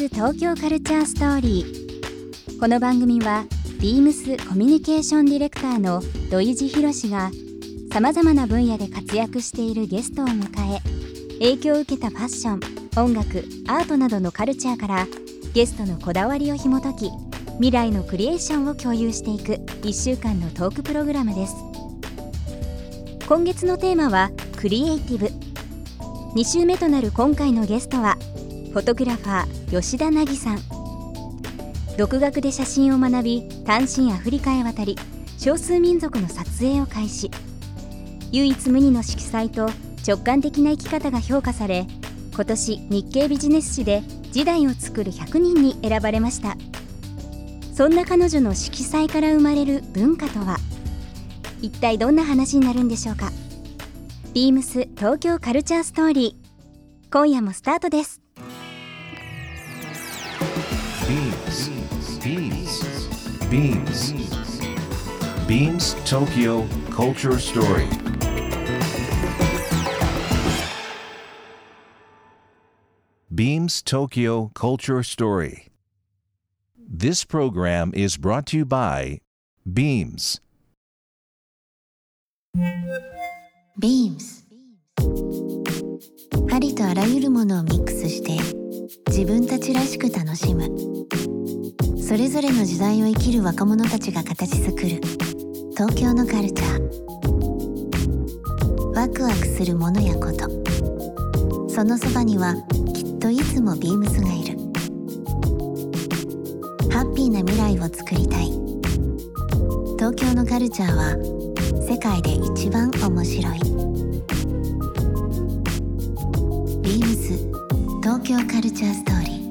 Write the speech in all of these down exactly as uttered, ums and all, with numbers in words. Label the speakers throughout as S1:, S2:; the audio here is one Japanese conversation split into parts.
S1: ス東京カルチャーストーリー。この番組はビームスコミュニケーションディレクターの土井博志がさまざまな分野で活躍しているゲストを迎え、影響を受けたファッション、音楽、アートなどのカルチャーからゲストのこだわりを紐解き、未来のクリエーションを共有していくいっしゅうかんのトークプログラムです。今月のテーマはクリエイティブ。に週目となる今回のゲストはフォトグラファー吉田凪さん。独学で写真を学び、単身アフリカへ渡り、少数民族の撮影を開始。唯一無二の色彩と直感的な生き方が評価され、今年日経ビジネス誌で時代を作るひゃくにんに選ばれました。そんな彼女の色彩から生まれる文化とは、一体どんな話になるんでしょうか。ビームス東京カルチャーストーリー、今夜もスタートです。
S2: ビームス ビームス ビームス Tokyo Culture Story。 ビームス Tokyo Culture Story. This program is brought to you by Beams。
S3: ビームス ありとあらゆるものをミックスして自分たちらしく楽しむ。それぞれの時代を生きる若者たちが形作る東京のカルチャー。ワクワクするものやこと、そのそばにはきっといつもビームスがいる。ハッピーな未来を作りたい。東京のカルチャーは世界で一番面白い。ビームス東京カルチャーストーリー。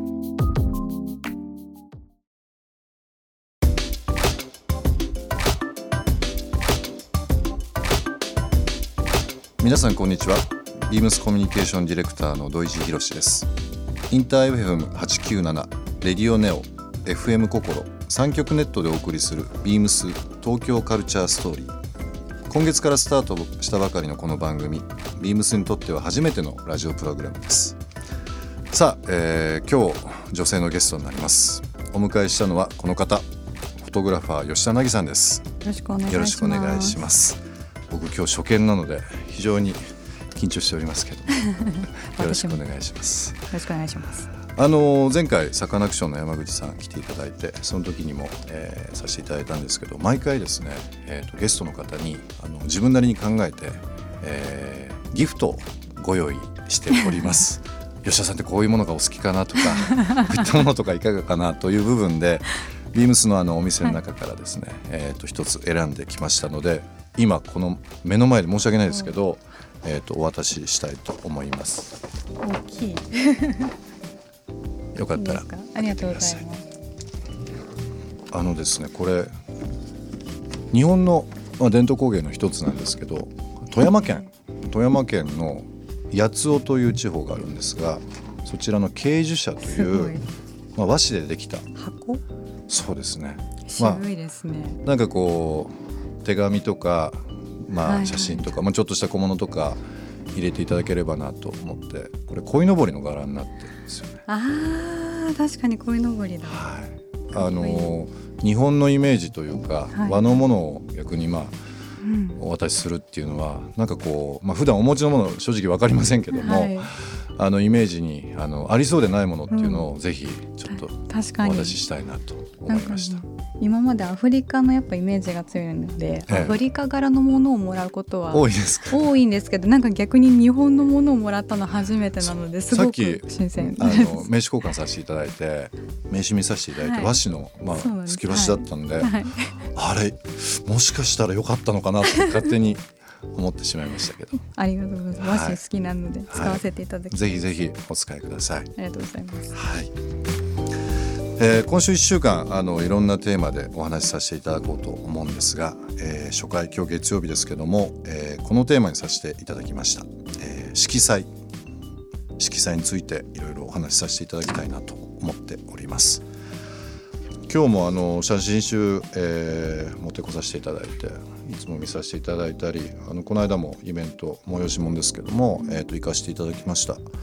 S4: 皆さんこんにちは。ビームスコミュニケーションディレクターの土井博志です。インター エフエムはちきゅうなな、レディオネオ、エフエム 心、さん局ネットでお送りするビームス東京カルチャーストーリー。今月からスタートしたばかりのこの番組、ビームスにとっては初めてのラジオプログラムです。さあ、えー、今日女性のゲストになります。お迎えしたのはこの方、フォトグラファー吉田凪さんです。
S5: よろしくお願いします。
S4: よろしくお願いします。僕今日初見なので非常に緊張しておりますけどよろしくお願いします。
S5: よろしくお願いします。
S4: あの前回サカナクションの山口さん来ていただいて、その時にも、えー、させていただいたんですけど、毎回ですね、えー、とゲストの方にあの自分なりに考えて、えー、ギフトをご用意しております吉田さんってこういうものがお好きかなとかこういったものとかいかがかなという部分でビームスのあのお店の中からですね、はい、えー、と一つ選んできましたので、今この目の前で申し訳ないですけど、えー、とお渡ししたいと思います。
S5: 大きい
S4: よかったら。
S5: いいですか。ありがとうございます。
S4: あのですね、これ日本の、まあ、伝統工芸の一つなんですけど、富山県富山県の八尾という地方があるんですが、そちらの慶樹社という、まあ、和紙でできた
S5: 箱。
S4: そうですね。
S5: 渋いですね。
S4: まあ、なんかこう手紙とか、まあ、写真とか、はいはい、まあ、ちょっとした小物とか入れていただければなと思って、これ鯉のぼりの柄になってるんですよね。
S5: あー、確かに鯉のぼりだ。
S4: はい、あの日本のイメージというか、はい、和のものを逆にまあ、うん、お渡しするっていうのはなんかこう、まあ、普段お持ちのもの正直分かりませんけども、はい、あのイメージに あのありそうでないものっていうのをぜひちょっとお渡ししたいなと思いました。
S5: 今までアフリカのやっぱイメージが強いので、ええ、アフリカ柄のものをもらうことは
S4: 多いですか。
S5: 多いんですけど、なんか逆に日本のものをもらったの初めてなのですごく新鮮です。
S4: さっきあの名刺交換させていただいて名刺見させていただいて、はい、和紙の、まあ、すき和紙だったんで、はいはい、あれもしかしたら良かったのかなと勝手に思ってしまいましたけど
S5: ありがとうございます。和紙好きなので使わせていただきます、
S4: はいはい、ぜひぜひお使いください。
S5: ありがとうございます、
S4: はい。えー、今週いっしゅうかんあのいろんなテーマでお話しさせていただこうと思うんですが、えー、初回今日月曜日ですけども、えー、このテーマにさせていただきました、えー、色彩色彩についていろいろお話しさせていただきたいなと思っております。今日もあの写真集、えー、持ってこさせていただいていつも見させていただいたり、あのこの間もイベント催し物ですけども、えー、と行かせていただきました。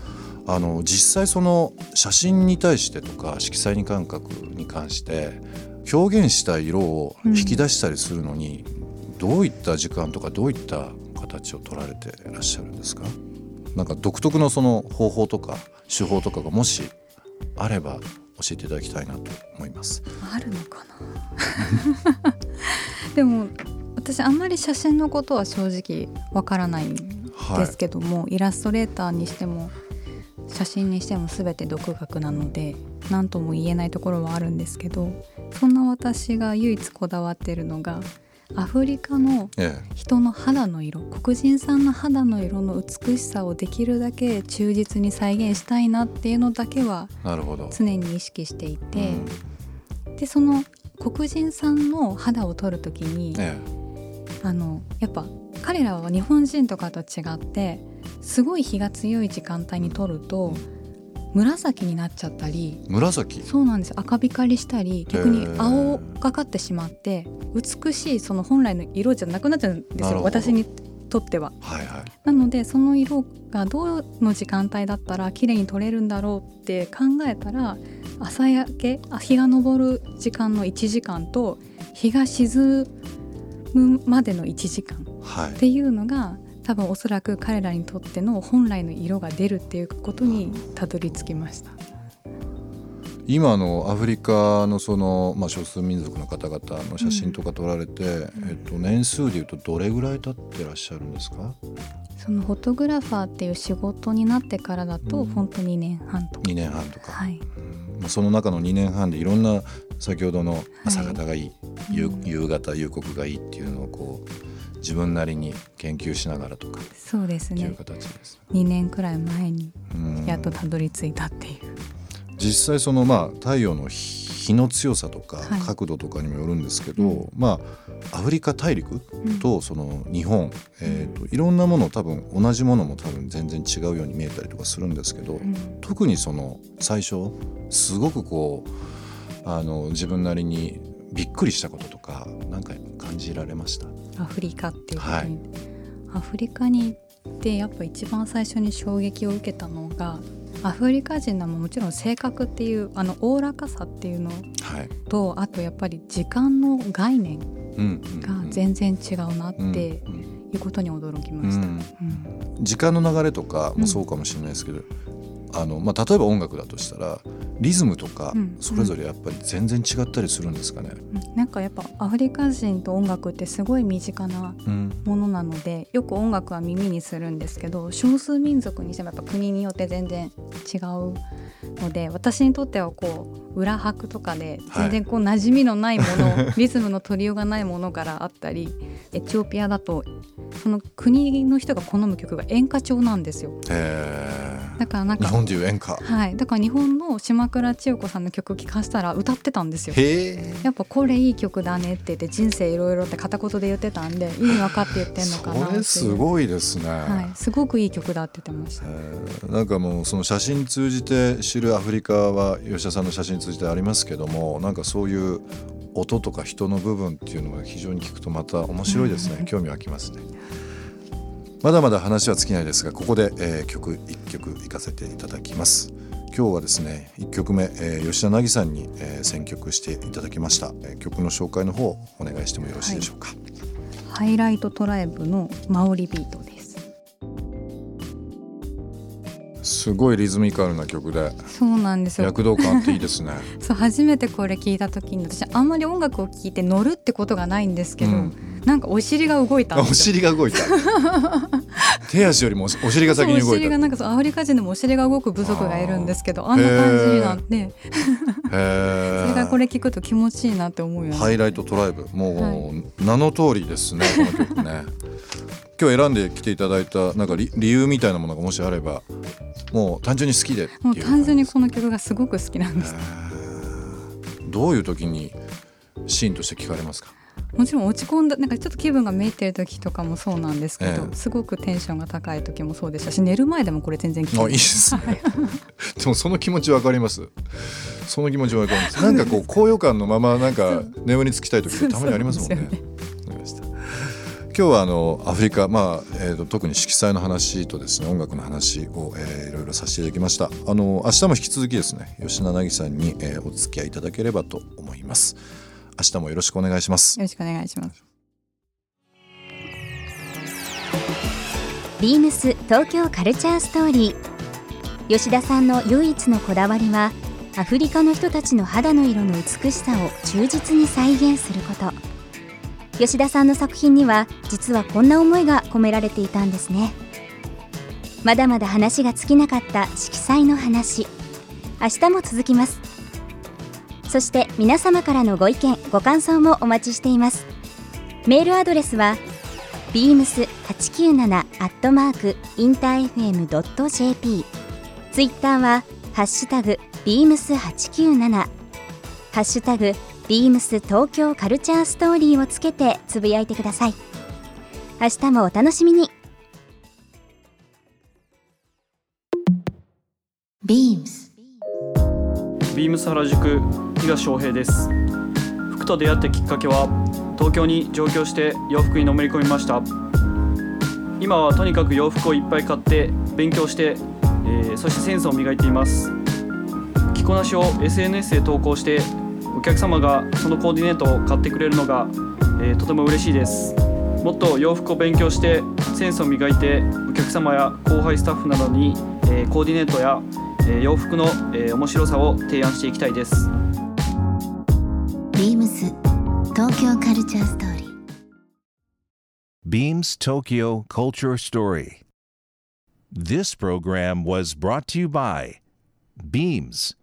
S4: あの実際その写真に対してとか色彩に感覚に関して表現したい色を引き出したりするのに、うん、どういった時間とかどういった形を取られていらっしゃるんですか？なんか独特のその方法とか手法とかがもしあれば教えていただきたいなと思います。
S5: あるのかなでも私あんまり写真のことは正直わからないんですけども、はい、イラストレーターにしても写真にしても全て独学なので何とも言えないところはあるんですけど、そんな私が唯一こだわっているのがアフリカの人の肌の色、ええ、黒人さんの肌の色の美しさをできるだけ忠実に再現したいなっていうのだけは常に意識していて、うん、でその黒人さんの肌を撮るときに、ええ、あのやっぱ彼らは日本人とかと違ってすごい日が強い時間帯に撮ると紫になっちゃったり、
S4: 紫
S5: そうなんです、赤光りしたり逆に青がかってしまって美しいその本来の色じゃなくなっちゃうんですよ、私にとっては、はいはい、なのでその色がどの時間帯だったら綺麗に撮れるんだろうって考えたら、朝焼け、日が昇る時間のいちじかんと日が沈むまでのいちじかんっていうのが、はい、多分おそらく彼らにとっての本来の色が出るっていうことにたどり着きました。
S4: 今のアフリカのその、まあ、少数民族の方々の写真とか撮られて、うんえっと、年数でいうとどれぐらい経ってらっしゃるんですか？
S5: そのフォトグラファーっていう仕事になってからだと、うん、本当にねんはんとか
S4: にねんはんとか、はいうん、その中のにねんはんでいろんな先ほどの朝方がいい、はい、夕, 夕方夕刻がいいっていうのをこう自分なりに研究しながらとか、
S5: そうですね、
S4: いう形です。
S5: にねんくらい前にやっとたどり着いたっていう。
S4: 実際そのまあ太陽の日の強さとか角度とかにもよるんですけど、はいまあ、アフリカ大陸とその日本、うんえー、といろんなもの多分同じものも多分全然違うように見えたりとかするんですけど、うん、特にその最初すごくこうあの自分なりにびっくりしたこととか何か感じられました？
S5: アフリカっていうことに、はい、アフリカに行ってやっぱ一番最初に衝撃を受けたのが、アフリカ人のももちろん性格っていうあのおおらかさっていうのと、はい、あとやっぱり時間の概念が全然違うなっていうことに驚きました、うん
S4: うんうん、時間の流れとかもそうかもしれないですけど、うんあのまあ、例えば音楽だとしたらリズムとかそれぞれやっぱり全然違ったりするんですかね、
S5: うんうん、なんかやっぱアフリカ人と音楽ってすごい身近なものなので、うん、よく音楽は耳にするんですけど、少数民族にしてもやっぱ国によって全然違うので、私にとってはこう裏拍とかで全然こう馴染みのないもの、はい、リズムの取りようがないものからあったり、エチオピアだとその国の人が好む曲が演歌調なんですよ。
S4: へー、
S5: だからなんか
S4: 日本でいう演歌、
S5: はい、だから日本の島倉千代子さんの曲聴かせたら歌ってたんですよ。
S4: へー、
S5: やっぱこれいい曲だねって言って、人生いろいろって片言で言ってたんで、意味分かって言ってんのかなって。
S4: それすごいですね、
S5: はい、すごくいい曲だって言ってました。
S4: なんかもうその写真通じて知るアフリカは吉田さんの写真通じてありますけども、なんかそういう音とか人の部分っていうのが非常に聞くとまた面白いですね、うん、興味湧きますね。まだまだ話は尽きないですが、ここで、えー、曲いっきょくいかせていただきます。今日はですねいっきょくめ、えー、吉田凪さんに、えー、選曲していただきました、えー、曲の紹介の方お願いしてもよろしいでしょうか。はい、
S5: ハイライトトライブのマオリビートです。
S4: すごいリズミカルな曲で、
S5: そうなんですよ、
S4: 躍動感あっていいですね
S5: そう、初めてこれ聞いた時に私あんまり音楽を聴いて乗るってことがないんですけど、うん、なんかお尻が動いたんですよ。
S4: お尻が動いた手足よりもお尻が先に動いた。
S5: お尻がなんかそう、アフリカ人でもお尻が動く部族がいるんですけど、 あ, あんな感じになってそれがこれ聞くと気持ちいいなって思うよね。
S4: ハイライトトライブ、もう、はい、名の通りですねこの曲ね今日選んできていただいたなんか 理, 理由みたいなものがもしあれば、もう単純に好きでっていう。
S5: もう単純にこの曲がすごく好きなんです。
S4: どういう時にシーンとして聞かれますか？
S5: もちろん落ち込んだ、なんかちょっと気分がめいってる時とかもそうなんですけど、ええ、すごくテンションが高い時もそうでしたし、寝る前でもこれ全然聞いてます。
S4: あ、いいですねでもその気持ちわかります。その気持ちわかります。なんかこう高揚感のままなんか眠りつきたい時ってたまにありますもんね今日はあのアフリカ、まあえー、と特に色彩の話とですね音楽の話を、えー、いろいろさせていただきました。あの明日も引き続きですね吉田凪さんに、えー、お付き合いいただければと思います。明日もよろしくお願いします。
S5: よろしくお願いします。
S1: ビームス東京カルチャーストーリー。吉田さんの唯一のこだわりはアフリカの人たちの肌の色の美しさを忠実に再現すること。吉田さんの作品には実はこんな思いが込められていたんですね。まだまだ話が尽きなかった色彩の話、明日も続きます。そして皆様からのご意見ご感想もお待ちしています。メールアドレスは ビームスはちきゅうなな アットマーク インターエフエム ドット ジェーピー、 ツイッターはハッシュタグ ビームスはちきゅうなな、 ハッシュタグビームス東京カルチャーストーリーをつけてつぶやいてください。明日もお楽しみに。
S3: ビームス
S6: ビームス原宿東翔平です。服と出会ったきっかけは東京に上京して洋服にのめり込みました。今はとにかく洋服をいっぱい買って勉強して、えー、そしてセンスを磨いています。着こなしを エスエヌエス で投稿してお客様がそのコーディネートを買ってくれるのが、えー、とても嬉しいです。もっと洋服を勉強してセンスを磨いてお客様や後輩スタッフなどに、えー、コーディネートや、えー、洋服の、えー、面白さを提案していきたいです。
S3: ビームス東京カルチャーストーリー
S2: Beams Tokyo Culture Story. This program was brought to you by Beams.